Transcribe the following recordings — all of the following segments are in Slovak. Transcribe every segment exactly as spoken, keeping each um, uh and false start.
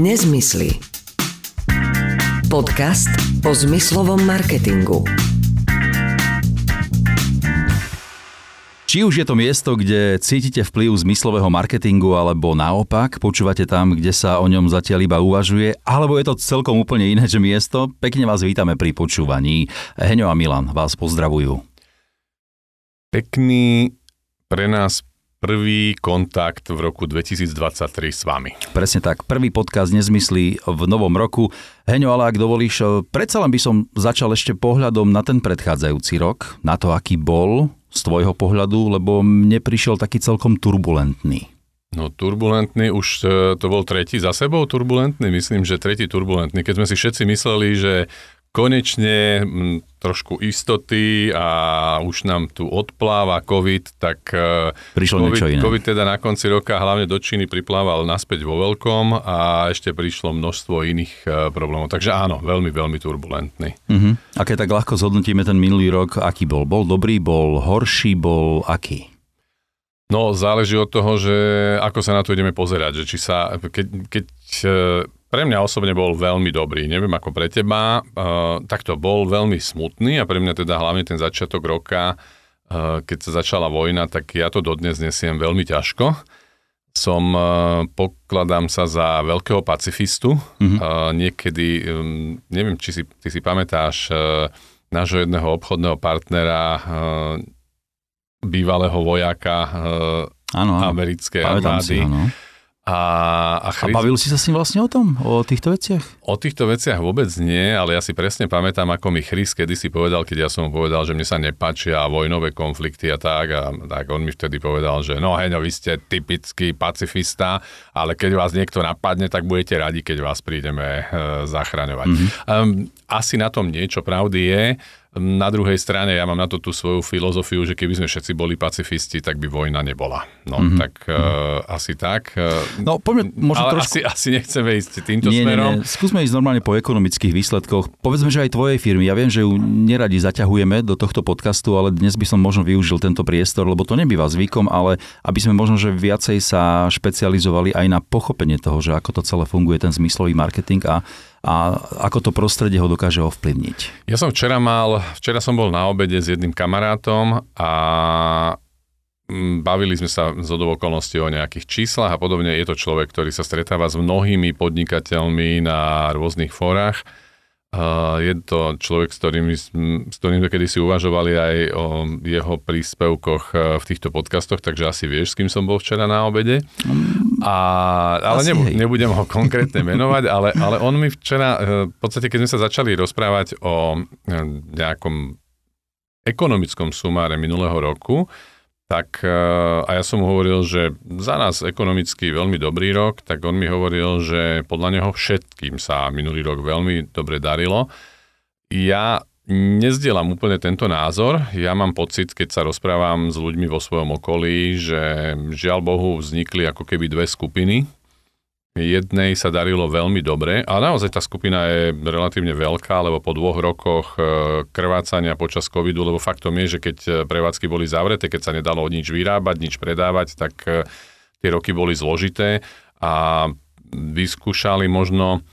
Nezmysly. Podcast o zmyslovom marketingu. Či už je to miesto, kde cítite vplyv zmyslového marketingu, alebo naopak, počúvate tam, kde sa o ňom zatiaľ iba uvažuje, alebo je to celkom úplne iné, že miesto, pekne vás vítame pri počúvaní. Heňo a Milan vás pozdravujú. Pekný pre nás prvý kontakt v roku dvetisícdvadsaťtri s vami. Presne tak, prvý podcast Nezmyslí v novom roku. Heňo, ale ak dovolíš, predsa len by som začal ešte pohľadom na ten predchádzajúci rok, na to, aký bol z tvojho pohľadu, lebo mne prišiel taký celkom turbulentný. No turbulentný, už to bol tretí za sebou turbulentný, myslím, že tretí turbulentný. Keď sme si všetci mysleli, že konečne m, trošku istoty a už nám tu odpláva COVID, tak prišlo COVID, niečo iné. COVID teda na konci roka hlavne do Číny priplával naspäť vo veľkom a ešte prišlo množstvo iných uh, problémov. Takže áno, veľmi, veľmi turbulentný. Uh-huh. A keď tak ľahko zhodnotíme ten minulý rok, aký bol? Bol dobrý, bol horší, bol aký? No, záleží od toho, že ako sa na to ideme pozerať. Že či sa, keď, keď pre mňa osobne bol veľmi dobrý, neviem ako pre teba, uh, tak to bol veľmi smutný a pre mňa teda hlavne ten začiatok roka, uh, keď sa začala vojna, tak ja to dodnes nesiem veľmi ťažko. Som, uh, pokladám sa za veľkého pacifistu. Mm-hmm. Uh, niekedy, um, neviem, či si, ty si pamätáš uh, nášho jedného obchodného partnera, uh, bývalého vojaka uh, áno, áno. americkej Pamätám armády. Si, áno. A, a, Christ... a bavil si sa s ním vlastne o tom? O týchto veciach? O týchto veciach vôbec nie, ale ja si presne pamätám, ako mi Chris kedysi povedal, keď ja som mu povedal, že mne sa nepáčia vojnové konflikty a tak, a tak on mi vtedy povedal, že no Heňo, vy ste typický pacifista, ale keď vás niekto napadne, tak budete radi, keď vás prídeme e, zachraňovať. Mm-hmm. Um, asi na tom niečo pravdy je. Na druhej strane ja mám na to tú svoju filozofiu, že keby sme všetci boli pacifisti, tak by vojna nebola. No, mm-hmm. tak uh, asi tak. No, poďme, možno ale trošku... asi, asi nechceme ísť týmto nie, smerom. Nie, nie. Skúsme ísť normálne po ekonomických výsledkoch. Povedzme, že aj tvojej firmy. Ja viem, že ju neradi zaťahujeme do tohto podcastu, ale dnes by som možno využil tento priestor, lebo to nebýva zvykom, ale aby sme možno, že viacej sa špecializovali aj na pochopenie toho, že ako to celé funguje, ten zmyslový marketing a a ako to prostredie ho dokáže ovplyvniť. Ja som včera mal, včera som bol na obede s jedným kamarátom a bavili sme sa zhodou okolností o nejakých číslach a podobne. Je to človek, ktorý sa stretáva s mnohými podnikateľmi na rôznych fórach. Je to človek, s ktorým, s ktorým kedy si uvažovali aj o jeho príspevkoch v týchto podcastoch, takže asi vieš, s kým som bol včera na obede. A, ale nebu, nebudem ho konkrétne menovať, ale, ale on mi včera, v podstate keď sme sa začali rozprávať o nejakom ekonomickom sumáre minulého roku, tak a ja som mu hovoril, že za nás ekonomicky veľmi dobrý rok, tak on mi hovoril, že podľa neho všetkým sa minulý rok veľmi dobre darilo. Ja nezdielam úplne tento názor. Ja mám pocit, keď sa rozprávam s ľuďmi vo svojom okolí, že žiaľ Bohu vznikli ako keby dve skupiny. Jednej sa darilo veľmi dobre, ale naozaj tá skupina je relatívne veľká, lebo po dvoch rokoch krvácania počas covidu, lebo faktom je, že keď prevádzky boli zavreté, keď sa nedalo nič vyrábať, nič predávať, tak tie roky boli zložité a vyskúšali možno,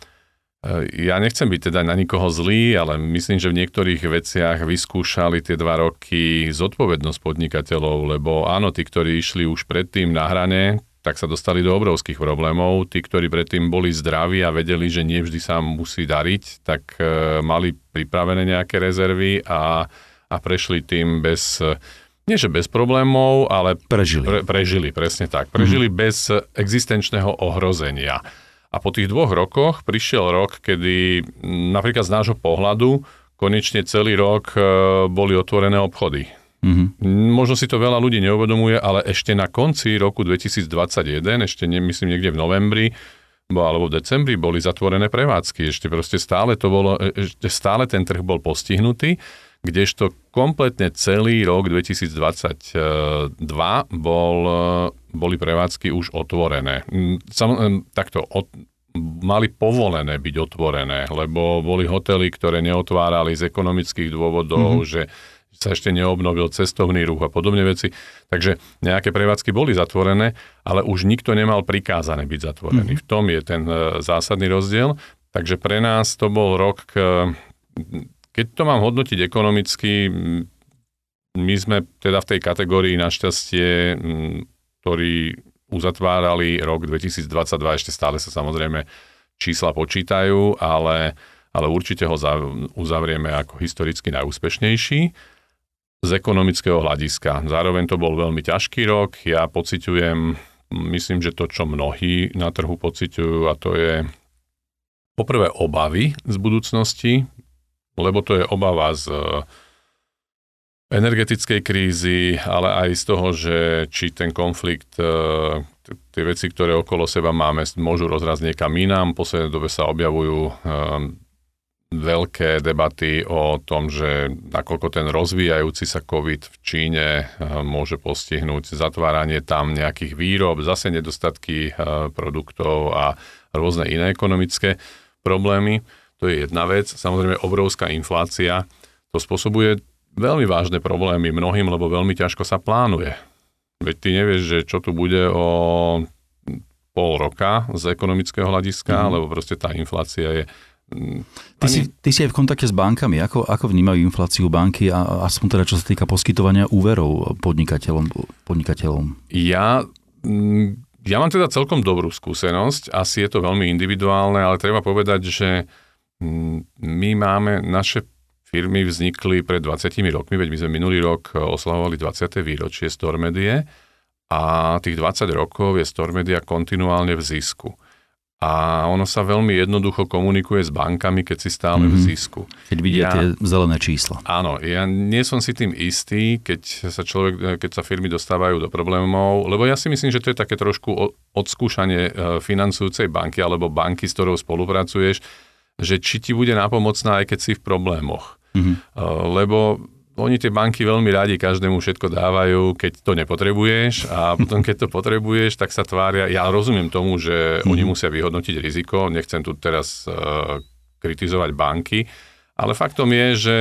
ja nechcem byť teda na nikoho zlý, ale myslím, že v niektorých veciach vyskúšali tie dva roky zodpovednosť podnikateľov, lebo áno, tí, ktorí išli už predtým na hrane, tak sa dostali do obrovských problémov. Tí, ktorí predtým boli zdraví a vedeli, že nie vždy sa musí dariť, tak e, mali pripravené nejaké rezervy a, a prešli tým bez, nie že bez problémov, ale prežili. Pre, prežili, presne tak. Prežili mm. bez existenčného ohrozenia. A po tých dvoch rokoch prišiel rok, kedy napríklad z nášho pohľadu konečne celý rok e, boli otvorené obchody. Mm-hmm. Možno si to veľa ľudí neuvedomuje, ale ešte na konci roku dvetisícdvadsaťjeden, ešte nemyslím niekde v novembri alebo v decembri boli zatvorené prevádzky. Ešte proste stále to bolo, ešte stále ten trh bol postihnutý, kdežto kompletne celý rok dvetisícdvadsaťdva bol, boli prevádzky už otvorené. Sam, takto od, mali povolené byť otvorené, lebo boli hotely, ktoré neotvárali z ekonomických dôvodov, mm-hmm. že sa ešte neobnovil cestovný ruch a podobne veci. Takže nejaké prevádzky boli zatvorené, ale už nikto nemal prikázané byť zatvorený. Mm-hmm. V tom je ten zásadný rozdiel. Takže pre nás to bol rok, keď to mám hodnotiť ekonomicky, my sme teda v tej kategórii našťastie, ktorí uzatvárali rok dvetisícdvadsaťdva, ešte stále sa samozrejme čísla počítajú, ale, ale určite ho uzavrieme ako historicky najúspešnejší z ekonomického hľadiska. Zároveň to bol veľmi ťažký rok. Ja pociťujem, myslím, že to, čo mnohí na trhu pociťujú, a to je poprvé obavy z budúcnosti, lebo to je obava z energetickej krízy, ale aj z toho, že či ten konflikt, tie veci, ktoré okolo seba máme, môžu rozrazť niekam inám. V poslednej dobe sa objavujú veľké debaty o tom, že nakoľko ten rozvíjajúci sa COVID v Číne môže postihnúť zatváranie tam nejakých výrob, zase nedostatky produktov a rôzne iné ekonomické problémy. To je jedna vec. Samozrejme, obrovská inflácia. To spôsobuje veľmi vážne problémy mnohým, lebo veľmi ťažko sa plánuje. Veď ty nevieš, že čo tu bude o pol roka z ekonomického hľadiska, mm. lebo proste tá inflácia je Ty, Ani... si, ty si aj v kontakte s bankami. Ako, ako vnímajú infláciu banky a aspoň teda čo sa týka poskytovania úverov podnikateľom? podnikateľom? Ja, ja mám teda celkom dobrú skúsenosť. Asi je to veľmi individuálne, ale treba povedať, že my máme, naše firmy vznikli pred dvadsiatimi rokmi, veď my sme minulý rok oslavovali dvadsiate výročie Stormedie a tých dvadsať rokov je Stormedia kontinuálne v zisku. A ono sa veľmi jednoducho komunikuje s bankami, keď si stále mm-hmm. v zisku. Keď vidia ja, tie zelené čísla. Áno, ja nie som si tým istý, keď sa človek, keď sa firmy dostávajú do problémov, lebo ja si myslím, že to je také trošku odskúšanie financujúcej banky alebo banky, s ktorou spolupracuješ, že či ti bude nápomocná, aj keď si v problémoch. Mm-hmm. Lebo oni tie banky veľmi radi každému všetko dávajú, keď to nepotrebuješ a potom, keď to potrebuješ, tak sa tvária. Ja rozumiem tomu, že mm-hmm. oni musia vyhodnotiť riziko, nechcem tu teraz uh, kritizovať banky, ale faktom je, že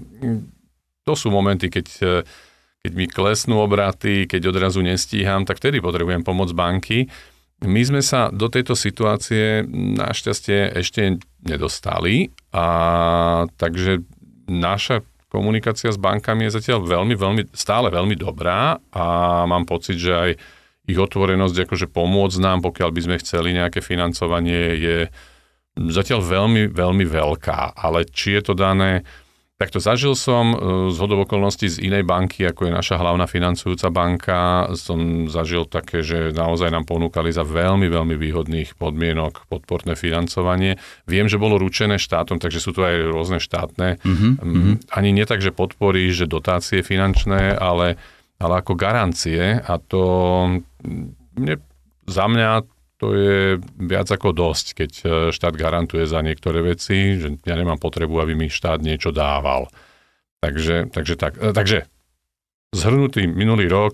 to sú momenty, keď, keď mi klesnú obraty, keď odrazu nestíham, tak vtedy potrebujem pomoc banky. My sme sa do tejto situácie našťastie ešte nedostali, a takže naša komunikácia s bankami je zatiaľ veľmi, veľmi, stále veľmi dobrá a mám pocit, že aj ich otvorenosť akože pomôcť nám, pokiaľ by sme chceli nejaké financovanie, je zatiaľ veľmi, veľmi veľká. Ale či je to dané, takto zažil som zhodou okolností z inej banky, ako je naša hlavná financujúca banka, som zažil také, že naozaj nám ponúkali za veľmi, veľmi výhodných podmienok podporné financovanie. Viem, že bolo ručené štátom, takže sú tu aj rôzne štátne. Mm-hmm. Ani nie tak, že podporí, že dotácie finančné, ale, ale ako garancie. A to mne, za mňa to je viac ako dosť, keď štát garantuje za niektoré veci, že ja nemám potrebu, aby mi štát niečo dával. Takže, takže, tak, takže zhrnutý minulý rok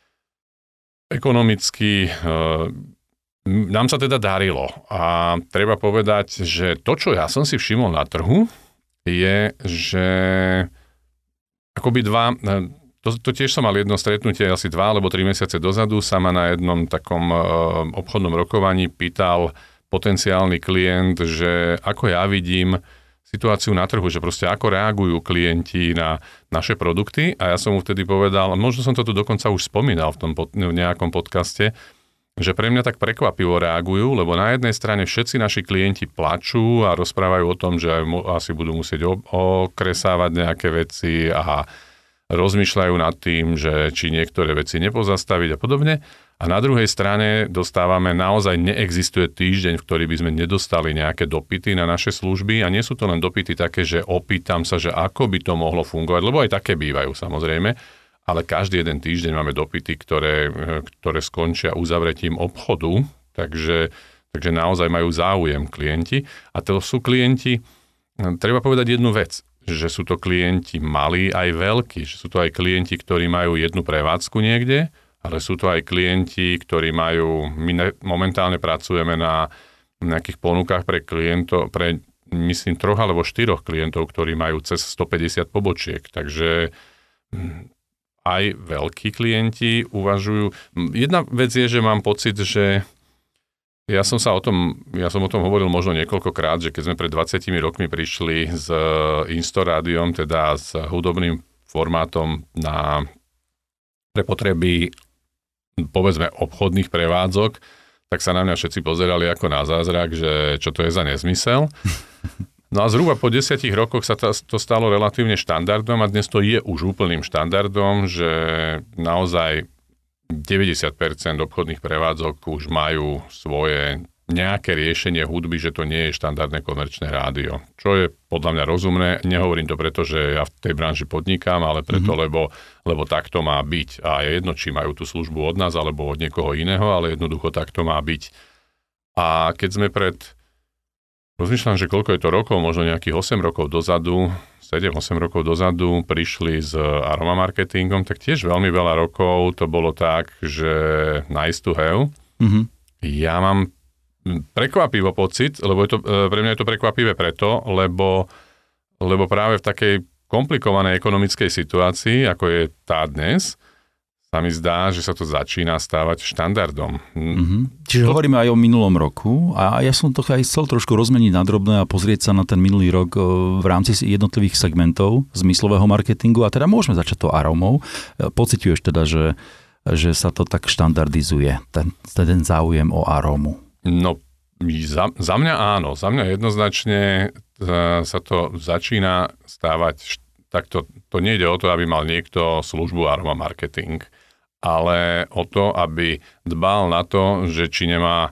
ekonomicky nám sa teda darilo. A treba povedať, že to, čo ja som si všimol na trhu, je, že akoby dva... To, to tiež som mal jedno stretnutie asi dva alebo tri mesiace dozadu, sa ma na jednom takom e, obchodnom rokovaní pýtal potenciálny klient, že ako ja vidím situáciu na trhu, že proste ako reagujú klienti na naše produkty, a ja som mu vtedy povedal, možno som to tu dokonca už spomínal v tom pod, v nejakom podcaste, že pre mňa tak prekvapivo reagujú, lebo na jednej strane všetci naši klienti plačú a rozprávajú o tom, že asi budú musieť okresávať nejaké veci a rozmýšľajú nad tým, že či niektoré veci nepozastaviť a podobne. A na druhej strane dostávame, naozaj neexistuje týždeň, v ktorý by sme nedostali nejaké dopyty na naše služby, a nie sú to len dopyty také, že opýtam sa, že ako by to mohlo fungovať, lebo aj také bývajú samozrejme, ale každý jeden týždeň máme dopyty, ktoré, ktoré skončia uzavretím obchodu, takže, takže naozaj majú záujem klienti. A to sú klienti, treba povedať jednu vec, že sú to klienti malí aj veľkí, že sú to aj klienti, ktorí majú jednu prevádzku niekde, ale sú to aj klienti, ktorí majú, my momentálne pracujeme na nejakých ponukách pre klientov, pre myslím troch alebo štyroch klientov, ktorí majú cez stopäťdesiat pobočiek, takže aj veľkí klienti uvažujú. Jedna vec je, že mám pocit, že ja som sa o tom, ja som o tom hovoril možno niekoľkokrát, že keď sme pred dvadsiatimi rokmi prišli s Instorádiom, teda s hudobným formátom na pre potreby, povedzme, obchodných prevádzok, tak sa na mňa všetci pozerali ako na zázrak, že čo to je za nezmysel. No a zhruba po desiatich rokoch sa to, to stalo relatívne štandardom a dnes to je už úplným štandardom, že naozaj deväťdesiat percent obchodných prevádzok už majú svoje nejaké riešenie hudby, že to nie je štandardné komerčné rádio. Čo je podľa mňa rozumné. Nehovorím to preto, že ja v tej branži podnikám, ale preto, mm-hmm. lebo, lebo tak to má byť. A je jedno, či majú tú službu od nás alebo od niekoho iného, ale jednoducho tak to má byť. A keď sme pred... Rozmýšľam, že koľko je to rokov, možno nejakých osem rokov dozadu, sedem osem rokov dozadu prišli s aroma marketingom, tak tiež veľmi veľa rokov to bolo tak, že nice to have. Mm-hmm. Ja mám prekvapivo pocit, lebo je to, pre mňa je to prekvapivé preto, lebo, lebo práve v takej komplikovanej ekonomickej situácii, ako je tá dnes, sa mi zdá, že sa to začína stávať štandardom. Mm-hmm. Čiže to... hovoríme aj o minulom roku a ja som to aj chcel trošku rozmeniť na drobné a pozrieť sa na ten minulý rok v rámci jednotlivých segmentov zmyslového marketingu a teda môžeme začať to aromou. Pociťuješ teda, že, že sa to tak štandardizuje, ten, ten záujem o aromu? No, za, za mňa áno. Za mňa jednoznačne sa to začína stávať, takto to nejde o to, aby mal niekto službu aroma marketing, ale o to, aby dbal na to, že či nemá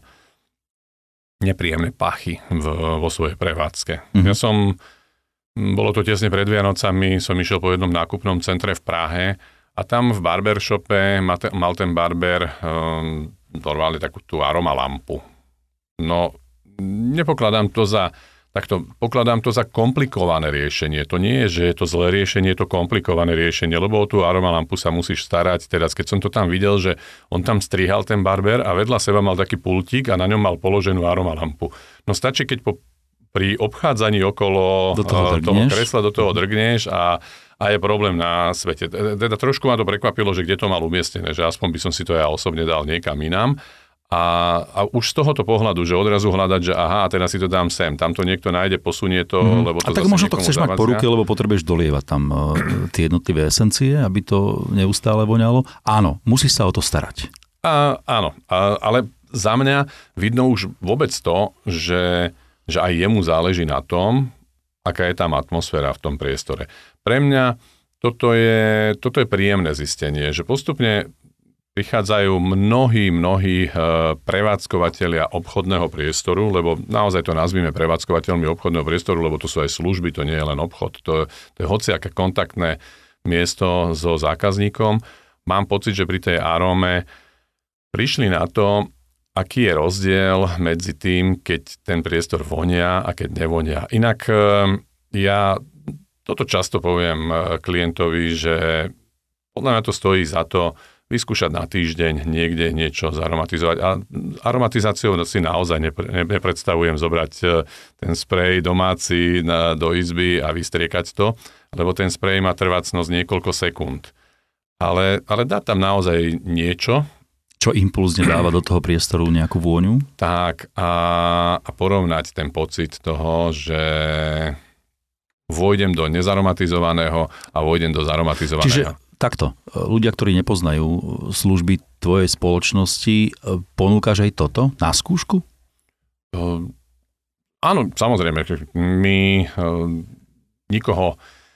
nepríjemné pachy v, vo svojej prevádzke. Mm-hmm. Ja som, bolo to tesne pred Vianocami, som išiel po jednom nákupnom centre v Prahe a tam v barbershope mal ten barber um, normálne takú tú aroma lampu. No, nepokladám to za takto, pokladám to za komplikované riešenie. To nie je, že je to zlé riešenie, je to komplikované riešenie, lebo o tú aromalampu sa musíš starať. Teraz, keď som to tam videl, že on tam strihal ten barber a vedľa seba mal taký pultík a na ňom mal položenú aromalampu. No stačí, keď po, pri obchádzaní okolo do toho, toho kresla do toho drgneš a, a je problém na svete. Teda trošku ma to prekvapilo, že kde to mal umiestnené, že aspoň by som si to ja osobne dal niekam inám. A, a už z tohoto pohľadu, že odrazu hľadať, že aha, teraz si to dám sem, tam to niekto nájde, posunie to, mm. lebo to a tak možno to chceš zavadzia. Mať po ruke, lebo potrebuješ dolievať tam uh, tie jednotlivé esencie, aby to neustále voňalo. Áno, musíš sa o to starať. A, áno, a, ale za mňa vidno už vôbec to, že, že aj jemu záleží na tom, aká je tam atmosféra v tom priestore. Pre mňa toto je, toto je príjemné zistenie, že postupne prichádzajú mnohí, mnohí prevádzkovateľia obchodného priestoru, lebo naozaj to nazvime prevádzkovateľmi obchodného priestoru, lebo to sú aj služby, to nie je len obchod. To, to je hociaké kontaktné miesto so zákazníkom. Mám pocit, že pri tej aróme prišli na to, aký je rozdiel medzi tým, keď ten priestor vonia a keď nevonia. Inak ja toto často poviem klientovi, že podľa mňa to stojí za to vyskúšať na týždeň niekde niečo zaromatizovať. A aromatizáciou si naozaj nepre, nepredstavujem zobrať ten sprej domáci na, do izby a vystriekať to, lebo ten sprej má trvácnosť niekoľko sekúnd. Ale, ale dá tam naozaj niečo. Čo impulzne dáva do toho priestoru nejakú vôňu? Tak a, a porovnať ten pocit toho, že vôjdem do nezaromatizovaného a vôjdem do zaromatizovaného. Čiže takto, ľudia, ktorí nepoznajú služby tvojej spoločnosti, ponúkaš aj toto na skúšku? Uh, áno, samozrejme. My uh, nikoho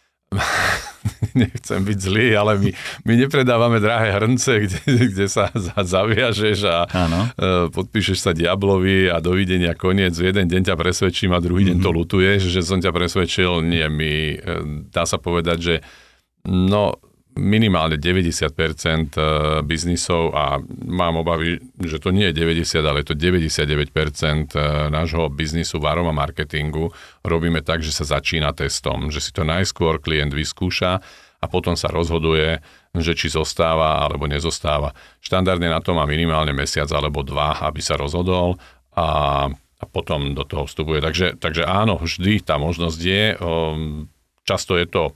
nechcem byť zlý, ale my, my nepredávame drahé hrnce, kde, kde sa zaviažeš a uh, podpíšeš sa diablovi a dovidenia, koniec. V jeden deň ťa presvedčím a druhý mm-hmm. deň to lutuješ, že som ťa presvedčil. Nie, my, uh, dá sa povedať, že no minimálne deväťdesiat percent biznisov a mám obavy, že to nie je deväťdesiat, ale je to deväťdesiatdeväť percent nášho biznisu v aroma marketingu robíme tak, že sa začína testom, že si to najskôr klient vyskúša a potom sa rozhoduje, že či zostáva alebo nezostáva. Štandardne na to má minimálne mesiac alebo dva, aby sa rozhodol a, a potom do toho vstupuje. Takže, takže áno, vždy tá možnosť je. Často je to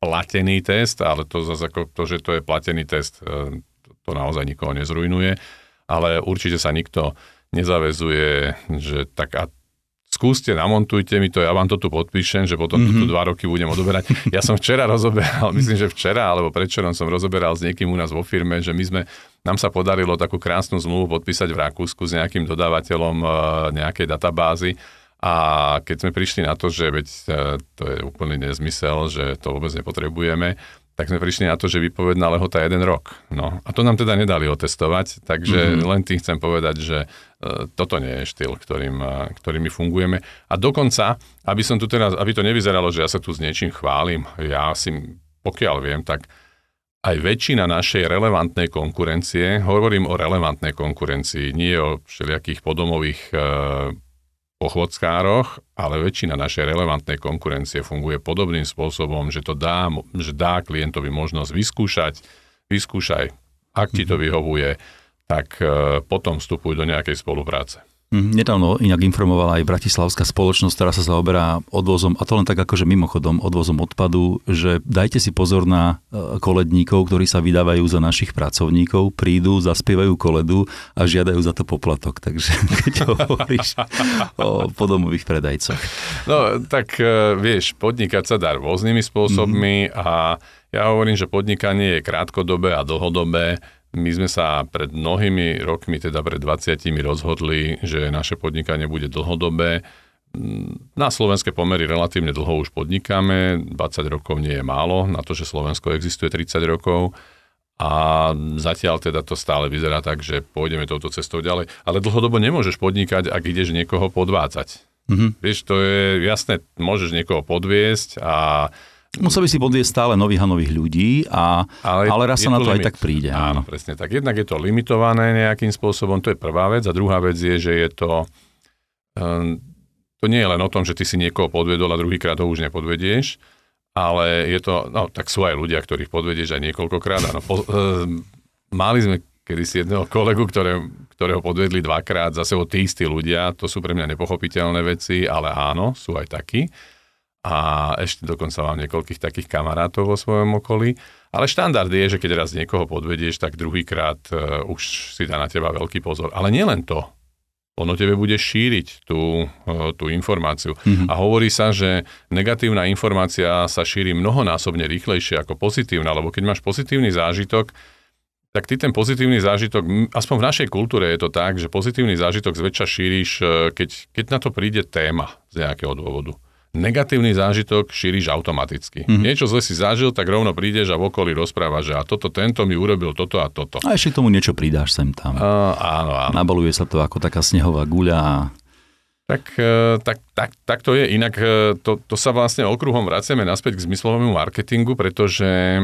platený test, ale to zase ako to, že to je platený test, to naozaj nikoho nezrujnuje, ale určite sa nikto nezaväzuje, že tak a skúste, namontujte mi to, ja vám to tu podpíšem, že potom mm-hmm. tu dva roky budem odoberať. Ja som včera rozoberal, myslím, že včera, alebo predvčerom som rozoberal s niekým u nás vo firme, že my sme, nám sa podarilo takú krásnu zmluvu podpísať v Rakúsku s nejakým dodávateľom nejakej databázy. A keď sme prišli na to, že veď to je úplný nezmysel, že to vôbec nepotrebujeme, tak sme prišli na to, že výpovedná lehota je jeden rok. No a to nám teda nedali otestovať, takže mm-hmm. len tým chcem povedať, že uh, toto nie je štýl, ktorým, uh, ktorým my fungujeme. A dokonca, aby som tu teraz, aby to nevyzeralo, že ja sa tu s niečím chválim, ja si, pokiaľ viem, tak aj väčšina našej relevantnej konkurencie, hovorím o relevantnej konkurencii, nie o všelijakých podomových uh, pochôdzkároch, ale väčšina našej relevantnej konkurencie funguje podobným spôsobom, že to dá, že dá klientovi možnosť vyskúšať, vyskúšaj, ak ti to vyhovuje, tak potom vstupuj do nejakej spolupráce. Nedávno inak informovala aj bratislavská spoločnosť, ktorá sa zaoberá odvozom, a to len tak akože mimochodom, odvozom odpadu, že dajte si pozor na koledníkov, ktorí sa vydávajú za našich pracovníkov, prídu, zaspievajú koledu a žiadajú za to poplatok. Takže keď hovoríš o podomových predajcoch. No tak vieš, podnikať sa dá rôznymi spôsobmi mm-hmm. a ja hovorím, že podnikanie je krátkodobé a dlhodobé. My sme sa pred mnohými rokmi, teda pred dvadsiatimi rozhodli, že naše podnikanie bude dlhodobé. Na slovenské pomery relatívne dlho už podnikáme, dvadsať rokov nie je málo, na to, že Slovensko existuje tridsať rokov a zatiaľ teda to stále vyzerá tak, že pôjdeme touto cestou ďalej. Ale dlhodobo nemôžeš podnikať, ak ideš niekoho podvádzať. Mm-hmm. Vieš, to je jasné, môžeš niekoho podviesť a musel by si podviesť stále nových a nových ľudí, a, ale, ale raz sa na to limit. Aj tak príde. Áno, presne tak. Jednak je to limitované nejakým spôsobom, to je prvá vec. A druhá vec je, že je to... Um, to nie je len o tom, že ty si niekoho podviedol a druhýkrát ho už nepodvedieš, ale je to... No, tak sú aj ľudia, ktorých podvedieš aj niekoľkokrát. Áno, po, um, mali sme kedysi jedného kolegu, ktoré, ktorého podvedli dvakrát, zase o tí istí ľudia. To sú pre mňa nepochopiteľné veci, ale áno, sú aj takí. A ešte dokonca mám niekoľkých takých kamarátov vo svojom okolí. Ale štandard je, že keď raz niekoho podvedieš, tak druhýkrát uh, už si dá na teba veľký pozor. Ale nielen to. Ono tebe bude šíriť tú, uh, tú informáciu. Mm-hmm. A hovorí sa, že negatívna informácia sa šíri mnohonásobne rýchlejšie ako pozitívna, lebo keď máš pozitívny zážitok, tak ty ten pozitívny zážitok, aspoň v našej kultúre je to tak, že pozitívny zážitok zväčša šíriš, keď, keď na to príde téma z nejakého dôvodu. Negatívny zážitok šíriš automaticky. Mm-hmm. Niečo zle si zažil, tak rovno prídeš a v okolí rozprávaš, že a toto, tento mi urobil toto a toto. A ešte k tomu niečo pridáš sem tam. Uh, áno, áno. Nabaluje sa to ako taká snehová guľa. A... Tak, tak, tak, tak to je. Inak to, to sa vlastne okruhom vraciame naspäť k zmyslovému marketingu, pretože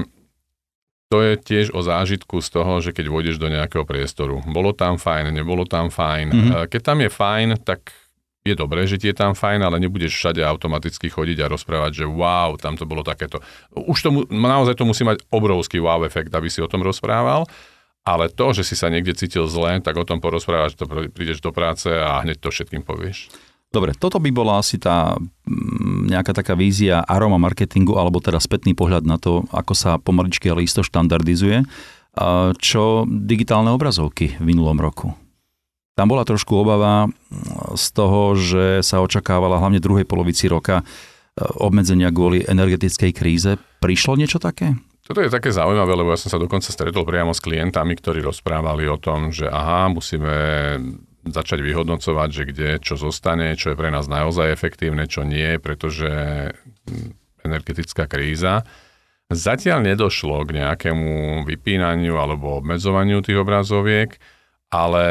to je tiež o zážitku z toho, že keď vôjdeš do nejakého priestoru. Bolo tam fajn, nebolo tam fajn. Mm-hmm. Keď tam je fajn, tak je dobré, že ti je tam fajn, ale nebudeš všade automaticky chodiť a rozprávať, že wow, tam to bolo takéto. Už to, naozaj to musí mať obrovský wow efekt, aby si o tom rozprával, ale to, že si sa niekde cítil zle, tak o tom porozprávaš, to prídeš do práce a hneď to všetkým povieš. Dobre, toto by bola asi tá nejaká taká vízia aroma marketingu, alebo teda spätný pohľad na to, ako sa pomaličky, ale isto štandardizuje. Čo digitálne obrazovky v minulom roku? Tam bola trošku obava z toho, že sa očakávala hlavne v druhej polovici roka obmedzenia kvôli energetickej kríze. Prišlo niečo také? Toto je také zaujímavé, lebo ja som sa dokonca stretol priamo s klientami, ktorí rozprávali o tom, že aha, musíme začať vyhodnocovať, že kde čo zostane, čo je pre nás naozaj efektívne, čo nie, pretože energetická kríza. Zatiaľ nedošlo k nejakému vypínaniu alebo obmedzovaniu tých obrazoviek, ale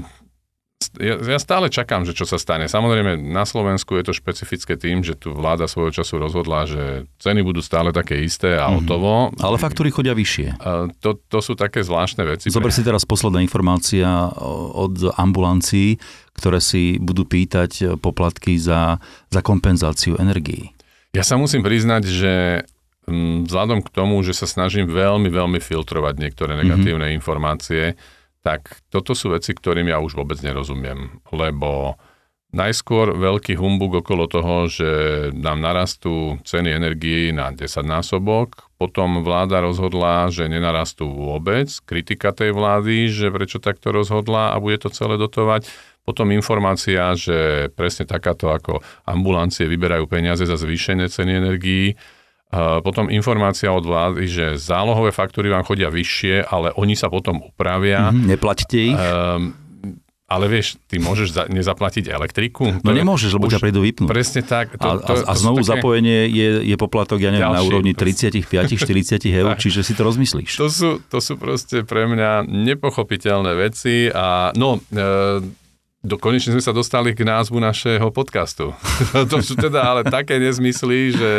Ja, ja stále čakám, že čo sa stane. Samozrejme, na Slovensku je to špecifické tým, že tu vláda svojho času rozhodla, že ceny budú stále také isté a hotovo. Mm-hmm. Ale faktúry chodia vyššie. To, to sú také zvláštne veci. Zober si teraz posledná informácia od ambulancií, ktoré si budú pýtať poplatky za, za kompenzáciu energií. Ja sa musím priznať, že vzhľadom k tomu, že sa snažím veľmi, veľmi filtrovať niektoré negatívne mm-hmm. informácie, tak toto sú veci, ktorým ja už vôbec nerozumiem, lebo najskôr veľký humbug okolo toho, že nám narastú ceny energií na desaťnásobok, potom vláda rozhodla, že nenarastú vôbec, kritika tej vlády, že prečo takto rozhodla a bude to celé dotovať. Potom informácia, že presne takáto ako ambulancie vyberajú peniaze za zvýšené ceny energií. Potom informácia od vlády, že zálohové faktúry vám chodia vyššie, ale oni sa potom upravia. Mm, neplatíte ich? Um, ale vieš, ty môžeš za, nezaplatiť elektriku. No nemôžeš, lebo ťa prídu vypnúť. Presne tak. To, to, a, a znovu také... zapojenie je, je poplatok, ja neviem, ďalší, na úrovni tridsaťpäť až štyridsať eur, čiže si to rozmyslíš. To sú, to sú proste pre mňa nepochopiteľné veci a no... E, Do, konečne sme sa dostali k názvu našeho podcastu. To sú teda ale také nezmysly, že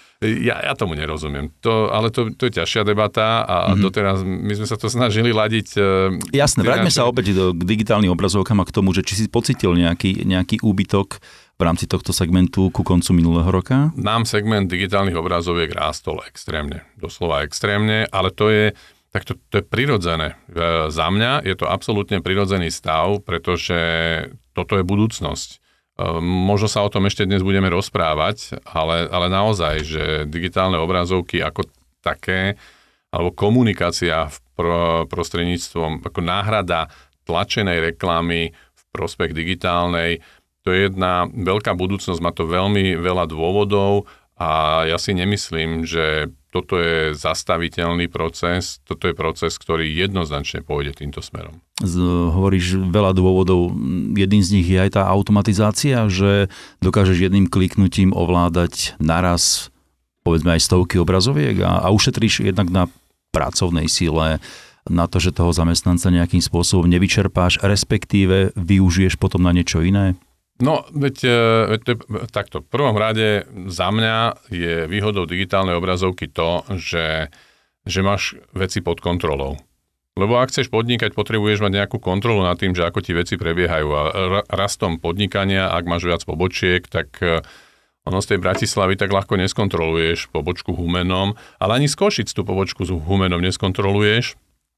ja, ja tomu nerozumiem. To, ale to, to je ťažšia debata a mm-hmm. doteraz my sme sa to snažili ladiť. Jasné, vráťme naše... sa opäť do, k digitálnym obrazovkám a k tomu, že či si pocitil nejaký, nejaký úbytok v rámci tohto segmentu ku koncu minulého roka? Nám segment digitálnych obrazoviek rástol extrémne. Doslova extrémne, ale to je Tak to, to je prirodzené. Za mňa je to absolútne prirodzený stav, pretože toto je budúcnosť. Možno sa o tom ešte dnes budeme rozprávať, ale, ale naozaj, že digitálne obrazovky ako také, alebo komunikácia v pro, prostredníctvom, ako náhrada tlačenej reklamy v prospech digitálnej, to je jedna veľká budúcnosť, má to veľmi veľa dôvodov a ja si nemyslím, že toto je zastaviteľný proces, toto je proces, ktorý jednoznačne pôjde týmto smerom. Z, hovoríš veľa dôvodov, jedným z nich je aj tá automatizácia, že dokážeš jedným kliknutím ovládať naraz, povedzme aj stovky obrazoviek a, a ušetríš jednak na pracovnej sile, na to, že toho zamestnanca nejakým spôsobom nevyčerpáš, respektíve využiješ potom na niečo iné? No, veď, veď takto. V prvom rade za mňa je výhodou digitálnej obrazovky to, že, že máš veci pod kontrolou. Lebo ak chceš podnikať, potrebuješ mať nejakú kontrolu nad tým, že ako ti veci prebiehajú. A rastom podnikania, ak máš viac pobočiek, tak ono z tej Bratislavy tak ľahko neskontroluješ pobočku Humenom, ale ani z Košic tú pobočku s Humenom neskontroluješ.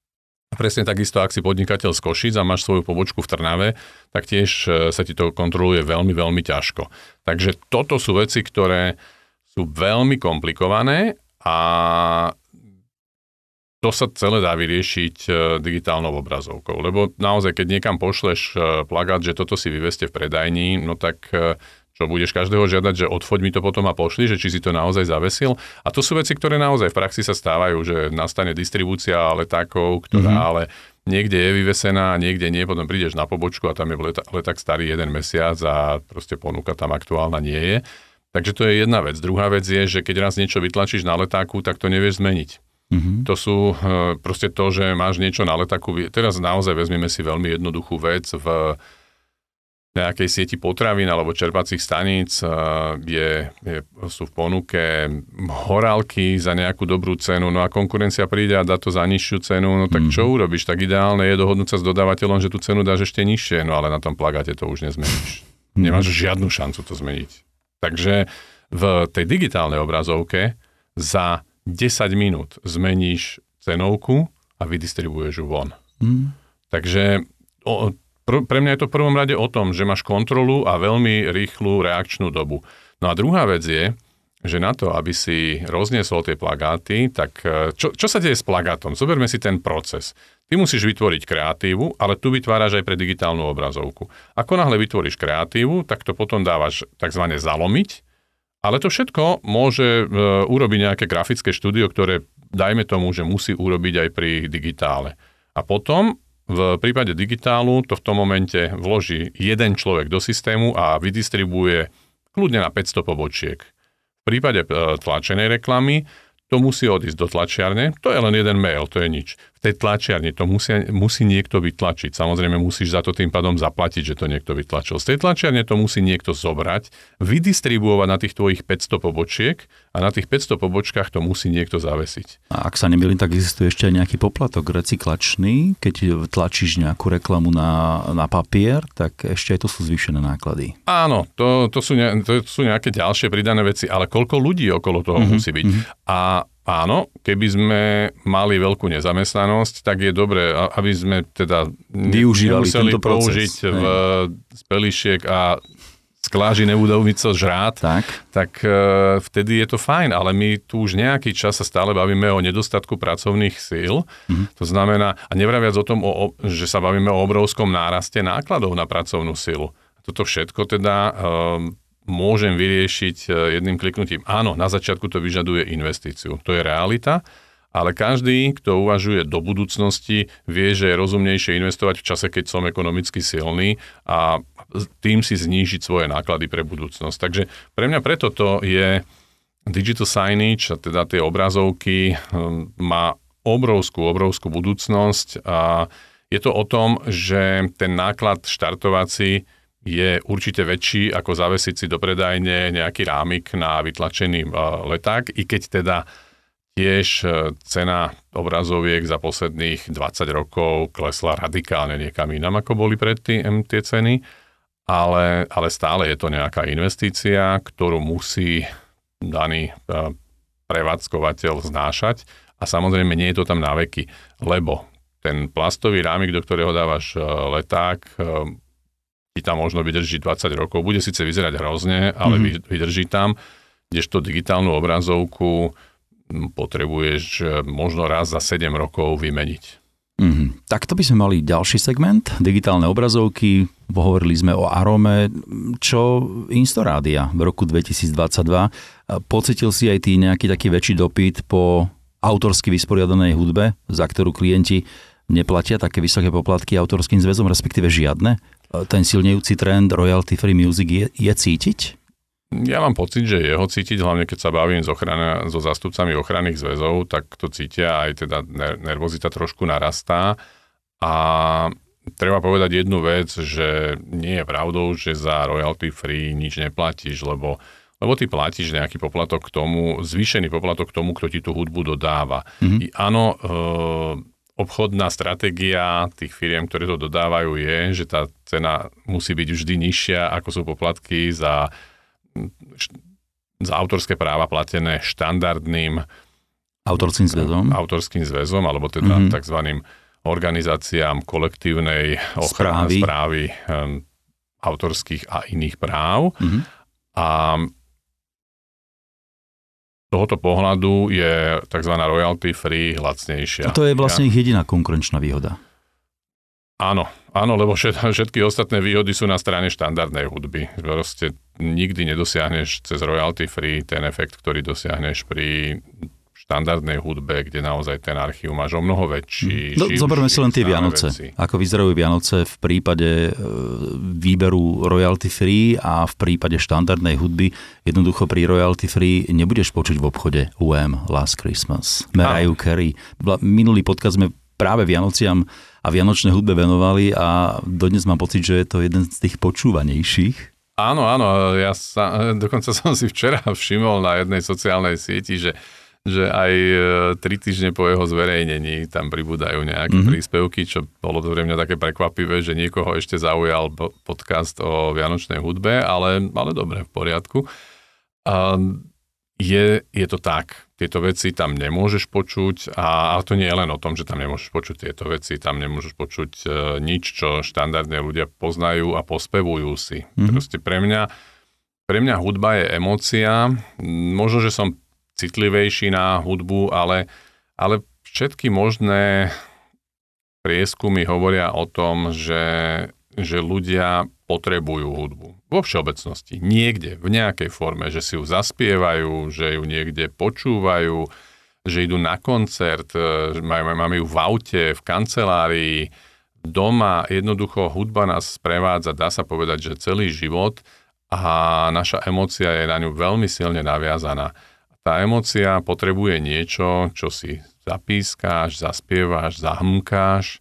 Presne takisto, ak si podnikateľ z Košic a máš svoju pobočku v Trnave, tak tiež sa ti to kontroluje veľmi, veľmi ťažko. Takže toto sú veci, ktoré sú veľmi komplikované a to sa celé dá vyriešiť digitálnou obrazovkou. Lebo naozaj, keď niekam pošleš plagát, že toto si vyveste v predajni, no tak čo budeš každého žiadať, že odfoď mi to potom a pošli, že či si to naozaj zavesil. A to sú veci, ktoré naozaj v praxi sa stávajú, že nastane distribúcia letákov, ktorá mm-hmm. ale niekde je vyvesená, niekde nie, potom prídeš na pobočku a tam je letá, leták starý jeden mesiac a proste ponuka tam aktuálna nie je. Takže to je jedna vec. Druhá vec je, že keď raz niečo vytlačíš na letáku, tak to nevieš zmeniť. Mm-hmm. To sú e, proste to, že máš niečo na letáku. Teraz naozaj vezmeme si veľmi jednoduchú vec v nejakej sieti potravín alebo čerpacích staníc je, je, sú v ponuke horálky za nejakú dobrú cenu, no a konkurencia príde a dá to za nižšiu cenu, no tak čo urobíš? Tak ideálne je dohodnúť sa s dodávateľom, že tú cenu dáš ešte nižšie, no ale na tom plagáte to už nezmeníš. Nemáš žiadnu šancu to zmeniť. Takže v tej digitálnej obrazovke za desať minút zmeníš cenovku a vydistribuuješ ju von. Mm. Takže o, pre mňa je to v prvom rade o tom, že máš kontrolu a veľmi rýchlu reakčnú dobu. No a druhá vec je, že na to, aby si rozniesol tie plagáty, tak čo, čo sa deje s plagátom? Zoberme si ten proces. Ty musíš vytvoriť kreatívu, ale tu vytváraš aj pre digitálnu obrazovku. Ako náhle vytvoríš kreatívu, tak to potom dávaš tzv. Zalomiť, ale to všetko môže e, urobiť nejaké grafické štúdio, ktoré dajme tomu, že musí urobiť aj pri digitále. A potom v prípade digitálu to v tom momente vloží jeden človek do systému a vydistribuje kľudne na päťsto pobočiek. V prípade tlačenej reklamy to musí odísť do tlačiarne, to je len jeden mail, to je nič. V tej tlačiarni to musí, musí niekto vytlačiť. Samozrejme musíš za to tým pádom zaplatiť, že to niekto vytlačil. Z tej tlačiarne to musí niekto zobrať, vydistribuovať na tých tvojich päťsto pobočiek a na tých päťsto pobočkách to musí niekto zavesiť. A ak sa nemýlim, tak existuje ešte aj nejaký poplatok recyklačný, keď tlačíš nejakú reklamu na, na papier, tak ešte aj to sú zvýšené náklady. Áno, to, to, sú, ne, to sú nejaké ďalšie pridané veci, ale koľko ľudí okolo toho mm-hmm. musí byť. Mm-hmm. A áno, keby sme mali veľkú nezamestnanosť, tak je dobré, aby sme teda využívali nemuseli tento proces. použiť v, z pelíšiek a skláži nebudou mít co žrát, tak, tak uh, vtedy je to fajn, ale my tu už nejaký čas sa stále bavíme o nedostatku pracovných síl. Mm-hmm. To znamená, a nevraviac o tom, o, že sa bavíme o obrovskom náraste nákladov na pracovnú silu. Toto všetko teda um, môžem vyriešiť jedným kliknutím. Áno, na začiatku to vyžaduje investíciu. To je realita. Ale každý, kto uvažuje do budúcnosti, vie, že je rozumnejšie investovať v čase, keď som ekonomicky silný a tým si znížiť svoje náklady pre budúcnosť. Takže pre mňa preto to je digital signage, a teda tie obrazovky, má obrovskú, obrovskú budúcnosť a je to o tom, že ten náklad štartovací je určite väčší, ako zavesiť si do predajne nejaký rámik na vytlačený leták, i keď teda tiež cena obrazoviek za posledných dvadsať rokov klesla radikálne niekam inam, ako boli predtým tie ceny, ale, ale stále je to nejaká investícia, ktorú musí daný prevádzkovateľ znášať a samozrejme nie je to tam na veky, lebo ten plastový rámik, do ktorého dávaš leták, ti tam možno vydrží dvadsať rokov, bude síce vyzerať hrozne, ale mm-hmm. vydrží tam, kdežto digitálnu obrazovku potrebuješ možno raz za sedem rokov vymeniť. Mm-hmm. Tak to by sme mali ďalší segment, digitálne obrazovky, hovorili sme o Arome, čo Instorádia v roku dvetisícdvadsaťdva. Pocitil si aj ty nejaký taký väčší dopyt po autorsky vysporiadanej hudbe, za ktorú klienti neplatia také vysoké poplatky autorským zväzom, respektíve žiadne? Ten silnejúci trend royalty free music je, je cítiť? Ja mám pocit, že je ho cítiť, hlavne keď sa bavím s ochrana, so zástupcami ochranných zväzov, tak to cítia, aj teda nervozita trošku narastá. A treba povedať jednu vec, že nie je pravdou, že za royalty free nič neplatíš, lebo, lebo ty platíš nejaký poplatok k tomu, zvýšený poplatok k tomu, kto ti tú hudbu dodáva. Mm-hmm. I áno, e, obchodná stratégia tých firiem, ktoré to dodávajú, je, že tá cena musí byť vždy nižšia, ako sú poplatky za za autorské práva platené štandardným autorským zväzom, autorským zväzom alebo teda mm-hmm. takzvaným organizáciám kolektívnej ochrany správy, správy um, autorských a iných práv. Mm-hmm. A z tohoto pohľadu je takzvaná royalty free lacnejšia. A to je vlastne ich jediná konkurenčná výhoda. Áno, áno, lebo všetky ostatné výhody sú na strane štandardnej hudby. Proste nikdy nedosiahneš cez royalty free ten efekt, ktorý dosiahneš pri štandardnej hudbe, kde naozaj ten archív máš o mnoho väčší. No, zoberme si len tie Vianoce. Veci. Ako vyzerajú Vianoce v prípade výberu royalty free a v prípade štandardnej hudby. Jednoducho pri royalty free nebudeš počuť v obchode Wham! Last Christmas, Mariah Carey. Minulý podcast sme práve Vianociam a vianočnej hudbe venovali a dodnes mám pocit, že je to jeden z tých počúvanejších. Áno, áno, ja sa, dokonca som si včera všimol na jednej sociálnej sieti, že, že aj tri týždne po jeho zverejnení tam pribúdajú nejaké mm-hmm. príspevky, čo bolo pre mňa také prekvapivé, že niekoho ešte zaujal podcast o vianočnej hudbe, ale, ale dobre, v poriadku. A je, je to tak. Tieto veci tam nemôžeš počuť a, a to nie je len o tom, že tam nemôžeš počuť tieto veci, tam nemôžeš počuť e, nič, čo štandardne ľudia poznajú a pospevujú si. Mm-hmm. Proste pre mňa, pre mňa hudba je emócia. Možno, že som citlivejší na hudbu, ale, ale všetky možné prieskumy hovoria o tom, že, že ľudia potrebujú hudbu. Vo všeobecnosti. Niekde, v nejakej forme, že si ju zaspievajú, že ju niekde počúvajú, že idú na koncert, máme ju v aute, v kancelárii, doma. Jednoducho hudba nás sprevádza, dá sa povedať, že celý život a naša emócia je na ňu veľmi silne naviazaná. Tá emócia potrebuje niečo, čo si zapískáš, zaspievaš, zahmkáš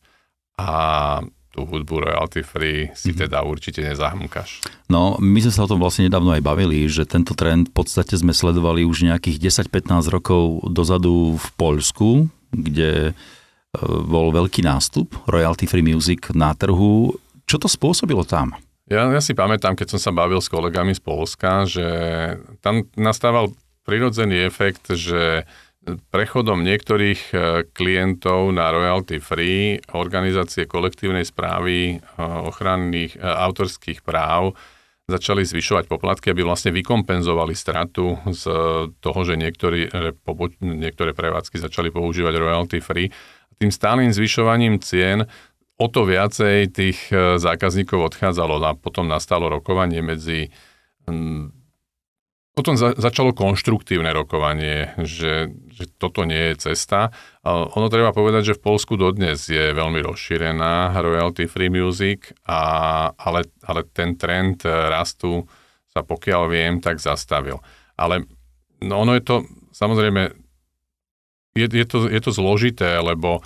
a tú hudbu royalty free si mm-hmm. teda určite nezahmkaš. No, my sme sa o tom vlastne nedávno aj bavili, že tento trend v podstate sme sledovali už nejakých desať pätnásť rokov dozadu v Poľsku, kde bol veľký nástup royalty free music na trhu. Čo to spôsobilo tam? Ja, ja si pamätám, keď som sa bavil s kolegami z Poľska, že tam nastával prirodzený efekt, že prechodom niektorých klientov na royalty free organizácie kolektívnej správy ochranných autorských práv začali zvyšovať poplatky, aby vlastne vykompenzovali stratu z toho, že niektorí, niektoré prevádzky začali používať royalty free. Tým stálym zvyšovaním cien o to viacej tých zákazníkov odchádzalo a potom nastalo rokovanie medzi... Potom za, začalo konštruktívne rokovanie, že, že toto nie je cesta. Ono treba povedať, že v Poľsku dodnes je veľmi rozšírená royalty free music, a, ale, ale ten trend rastu sa, pokiaľ viem, tak zastavil. Ale no ono je to, samozrejme, je, je, to, je to zložité, lebo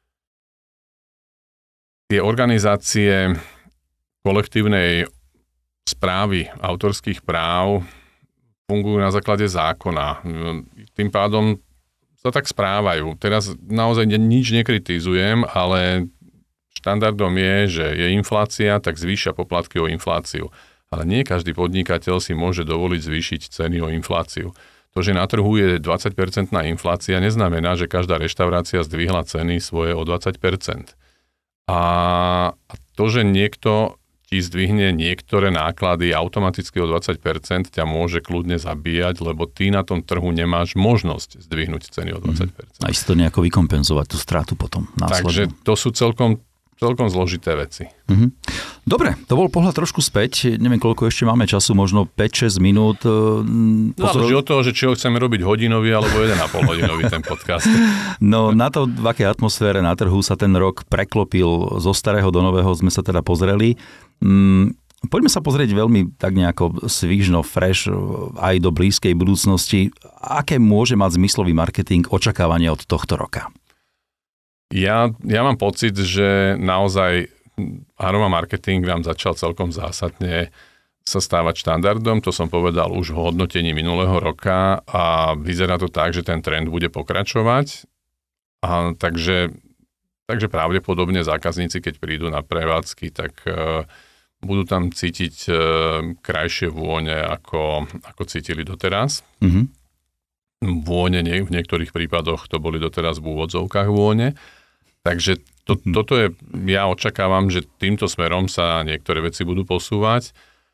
tie organizácie kolektívnej správy autorských práv fungujú na základe zákona. Tým pádom sa tak správajú. Teraz naozaj nič nekritizujem, ale štandardom je, že je inflácia, tak zvýšia poplatky o infláciu. Ale nie každý podnikateľ si môže dovoliť zvýšiť ceny o infláciu. To, že na trhu je dvadsať percent inflácia, neznamená, že každá reštaurácia zdvihla ceny svoje o dvadsať percent. A to, že niekto ti zdvihne niektoré náklady automaticky o dvadsať percent, ťa môže kľudne zabíjať, lebo ty na tom trhu nemáš možnosť zdvihnúť ceny o dvadsať percent. Aj si to nejako vykompenzovať, tú stratu potom následnú. Takže to sú celkom, celkom zložité veci. Mhm. Dobre, to bol pohľad trošku späť. Neviem, koľko ešte máme času, možno päť šesť minút. Záleží od toho, že či ho chceme robiť hodinový alebo jeden a pol hodinový ten podcast. No na to, v akej atmosfére na trhu sa ten rok preklopil zo starého do nového, sme sa teda pozreli. Mm, poďme sa pozrieť veľmi tak nejako svižno, fresh aj do blízkej budúcnosti. Aké môže mať zmyslový marketing očakávania od tohto roka? Ja, ja mám pocit, že naozaj aroma marketing nám začal celkom zásadne sa stávať štandardom. To som povedal už v hodnotení minulého roka a vyzerá to tak, že ten trend bude pokračovať. A takže, takže pravdepodobne zákazníci, keď prídu na prevádzky, tak uh, budú tam cítiť uh, krajšie vône, ako, ako cítili doteraz. Mm-hmm. Vône, nie, v niektorých prípadoch to boli doteraz v úvodzovkách vône. Takže to, mm-hmm. toto je, ja očakávam, že týmto smerom sa niektoré veci budú posúvať.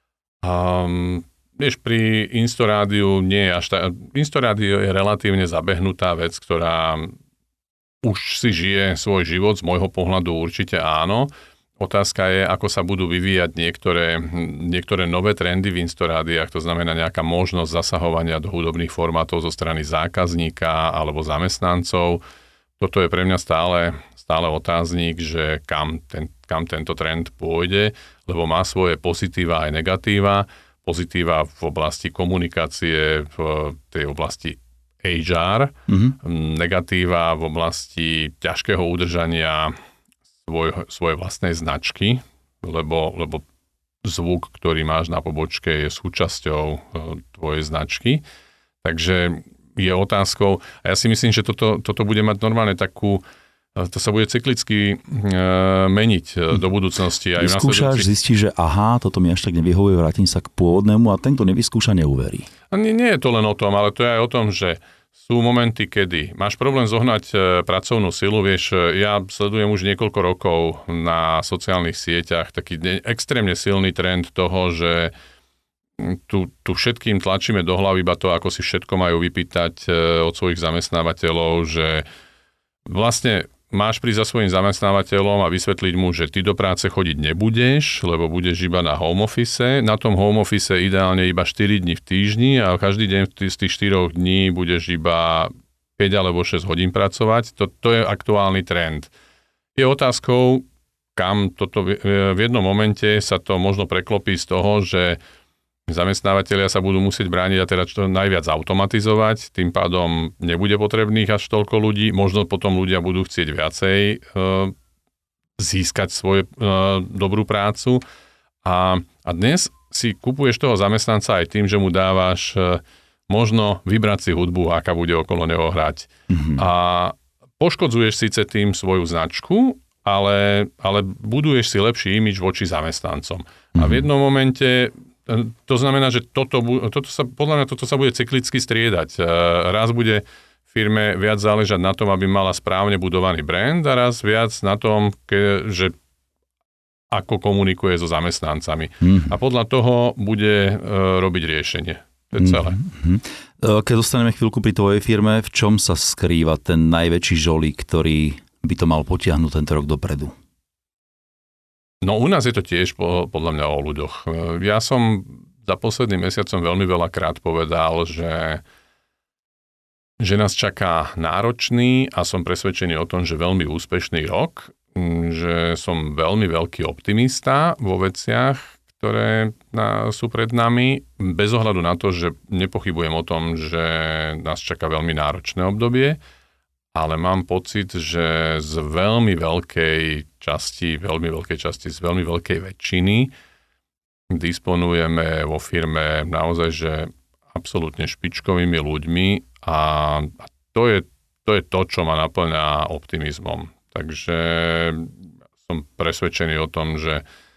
Um, vieš, pri Instorádiu nie je až tá... Instorádio je relatívne zabehnutá vec, ktorá už si žije svoj život, z môjho pohľadu určite áno. Otázka je, ako sa budú vyvíjať niektoré, niektoré nové trendy v Instorádiách, to znamená nejaká možnosť zasahovania do hudobných formátov zo strany zákazníka alebo zamestnancov. Toto je pre mňa stále, stále otáznik, že kam, ten, kam tento trend pôjde, lebo má svoje pozitíva aj negatíva. Pozitíva v oblasti komunikácie, v tej oblasti há er, mm-hmm. negatíva v oblasti ťažkého udržania svoj, svojej vlastnej značky, lebo, lebo zvuk, ktorý máš na pobočke, je súčasťou tvojej značky. Takže je otázkou, a ja si myslím, že toto, toto bude mať normálne takú, to sa bude cyklicky e, meniť do budúcnosti. Aj vyskúšaš, zistíš, že aha, toto mi až tak nevyhovuje, vrátim sa k pôvodnému a tento nevyskúša, neuverí. A nie, nie je to len o tom, ale to je aj o tom, že sú momenty, kedy máš problém zohnať e, pracovnú silu. Vieš, ja sledujem už niekoľko rokov na sociálnych sieťach taký ne, extrémne silný trend toho, že Tu, tu všetkým tlačíme do hlavy iba to, ako si všetko majú vypýtať od svojich zamestnávateľov, že vlastne máš prísť za svojím zamestnávateľom a vysvetliť mu, že ty do práce chodiť nebudeš, lebo budeš iba na home office. Na tom home office ideálne iba štyri dni v týždni a každý deň z tých štyroch dní budeš iba päť alebo šesť hodín pracovať. To, to je aktuálny trend. Je otázkou, kam toto v jednom momente sa to možno preklopí z toho, že zamestnávateľia sa budú musieť brániť a teda čo najviac automatizovať, tým pádom nebude potrebných až toľko ľudí, možno potom ľudia budú chcieť viacej e, získať svoju e, dobrú prácu a, a dnes si kupuješ toho zamestnanca aj tým, že mu dávaš e, možno vybrať si hudbu, aká bude okolo neho hrať. Mm-hmm. A poškodzuješ síce tým svoju značku, ale, ale buduješ si lepší imidž voči zamestnancom. Mm-hmm. A v jednom momente to znamená, že toto, toto sa, podľa mňa toto sa bude cyklicky striedať. Raz bude firme viac záležať na tom, aby mala správne budovaný brand a raz viac na tom, ke, že ako komunikuje so zamestnancami. Mm-hmm. A podľa toho bude e, robiť riešenie. To je celé. Mm-hmm. Keď dostaneme chvíľku pri tvojej firme, v čom sa skrýva ten najväčší žolík, ktorý by to mal potiahnuť tento rok dopredu? No u nás je to tiež po, podľa mňa o ľuďoch. Ja som za posledný mesiac som veľmi veľakrát povedal, že, že nás čaká náročný a som presvedčený o tom, že veľmi úspešný rok, že som veľmi veľký optimista vo veciach, ktoré sú pred nami, bez ohľadu na to, že nepochybujem o tom, že nás čaká veľmi náročné obdobie, ale mám pocit, že z veľmi veľkej časti, veľmi veľkej časti, z veľmi veľkej väčšiny disponujeme vo firme naozaj, že absolútne špičkovými ľuďmi a to je to, je to čo ma naplňa optimizmom. Takže som presvedčený o tom, že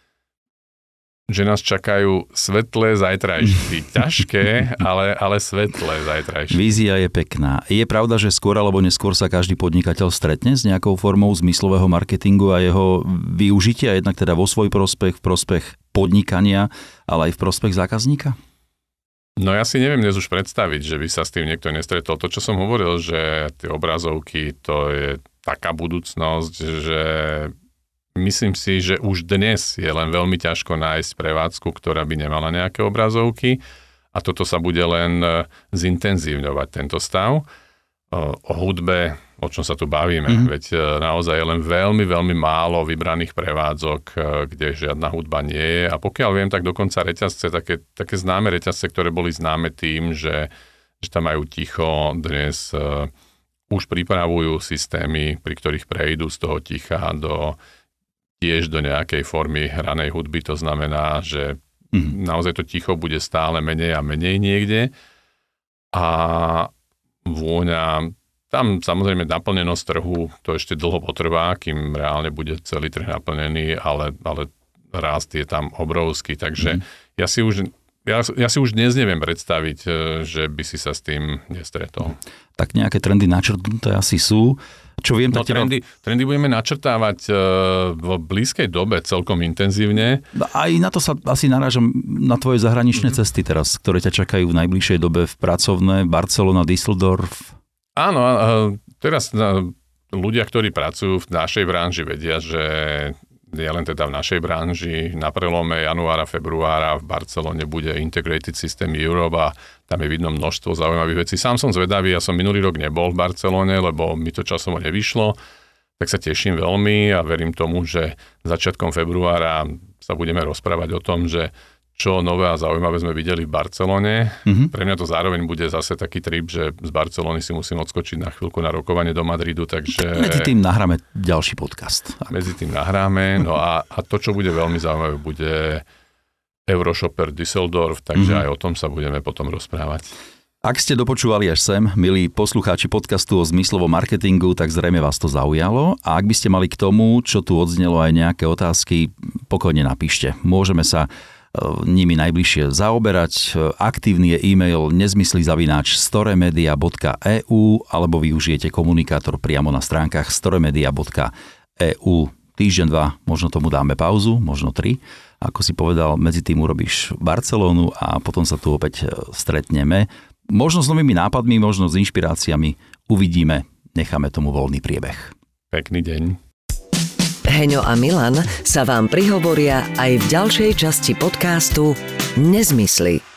že nás čakajú svetlé zajtrajšky. Ťažké, ale, ale svetlé zajtrajšky. Vízia je pekná. Je pravda, že skôr alebo neskôr sa každý podnikateľ stretne s nejakou formou zmyslového marketingu a jeho využitia, jednak teda vo svoj prospech, v prospech podnikania, ale aj v prospech zákazníka? No ja si neviem dnes už predstaviť, že by sa s tým niekto nestretol. To, čo som hovoril, že tie obrazovky, to je taká budúcnosť, že myslím si, že už dnes je len veľmi ťažko nájsť prevádzku, ktorá by nemala nejaké obrazovky a toto sa bude len zintenzívňovať, tento stav. O hudbe, o čom sa tu bavíme, mm-hmm. veď naozaj je len veľmi, veľmi málo vybraných prevádzok, kde žiadna hudba nie je a pokiaľ viem, tak dokonca reťazce, také, také známe reťazce, ktoré boli známe tým, že, že tam majú ticho, dnes uh, už pripravujú systémy, pri ktorých prejdú z toho ticha do tiež do nejakej formy hranej hudby, to znamená, že mm. naozaj to ticho bude stále menej a menej niekde a vôňa, tam samozrejme naplnenosť trhu, to ešte dlho potrvá, kým reálne bude celý trh naplnený, ale, ale rast je tam obrovský, takže mm. ja si už Ja, ja si už dnes neviem predstaviť, že by si sa s tým nestretol. Tak nejaké trendy načrtnuté asi sú. Čo viem, no, tak trendy, teba... trendy budeme načrtávať v blízkej dobe celkom intenzívne. Aj na to sa asi narážam na tvoje zahraničné mm-hmm. cesty teraz, ktoré ťa čakajú v najbližšej dobe v pracovné, Barcelona, Düsseldorf. Áno, teraz ľudia, ktorí pracujú v našej branži, vedia, že nie len teda v našej branži, na prelome januára, februára v Barcelone bude Integrated System Europe a tam je vidno množstvo zaujímavých vecí. Sám som zvedavý, ja som minulý rok nebol v Barcelone, lebo mi to časovo nevyšlo, tak sa teším veľmi a verím tomu, že začiatkom februára sa budeme rozprávať o tom, že čo nové a zaujímavé sme videli v Barcelone. Mm-hmm. Pre mňa to zároveň bude zase taký trip, že z Barcelony si musím odskočiť na chvíľku na rokovanie do Madridu, takže... Medzi tým nahráme ďalší podcast. Medzi tým nahráme, no a, a to, čo bude veľmi zaujímavé, bude Euroshopper Düsseldorf, takže mm-hmm. aj o tom sa budeme potom rozprávať. Ak ste dopočúvali až sem, milí poslucháči podcastu o zmyslovom marketingu, tak zrejme vás to zaujalo. A ak by ste mali k tomu, čo tu odznelo, aj nejaké otázky, pokojne napíšte. Môžeme sa nimi najbližšie zaoberať. Aktívny je e-mail nezmysly zavináč storemedia bodka e u alebo využijete komunikátor priamo na stránkach storemedia bodka e u. Týždeň, dva, možno tomu dáme pauzu, možno tri. Ako si povedal, medzi tým urobíš Barcelónu a potom sa tu opäť stretneme. Možno s novými nápadmi, možno s inšpiráciami. Uvidíme, necháme tomu voľný priebeh. Pekný deň. Heňo a Milan sa vám prihovoria aj v ďalšej časti podcastu Nezmysly.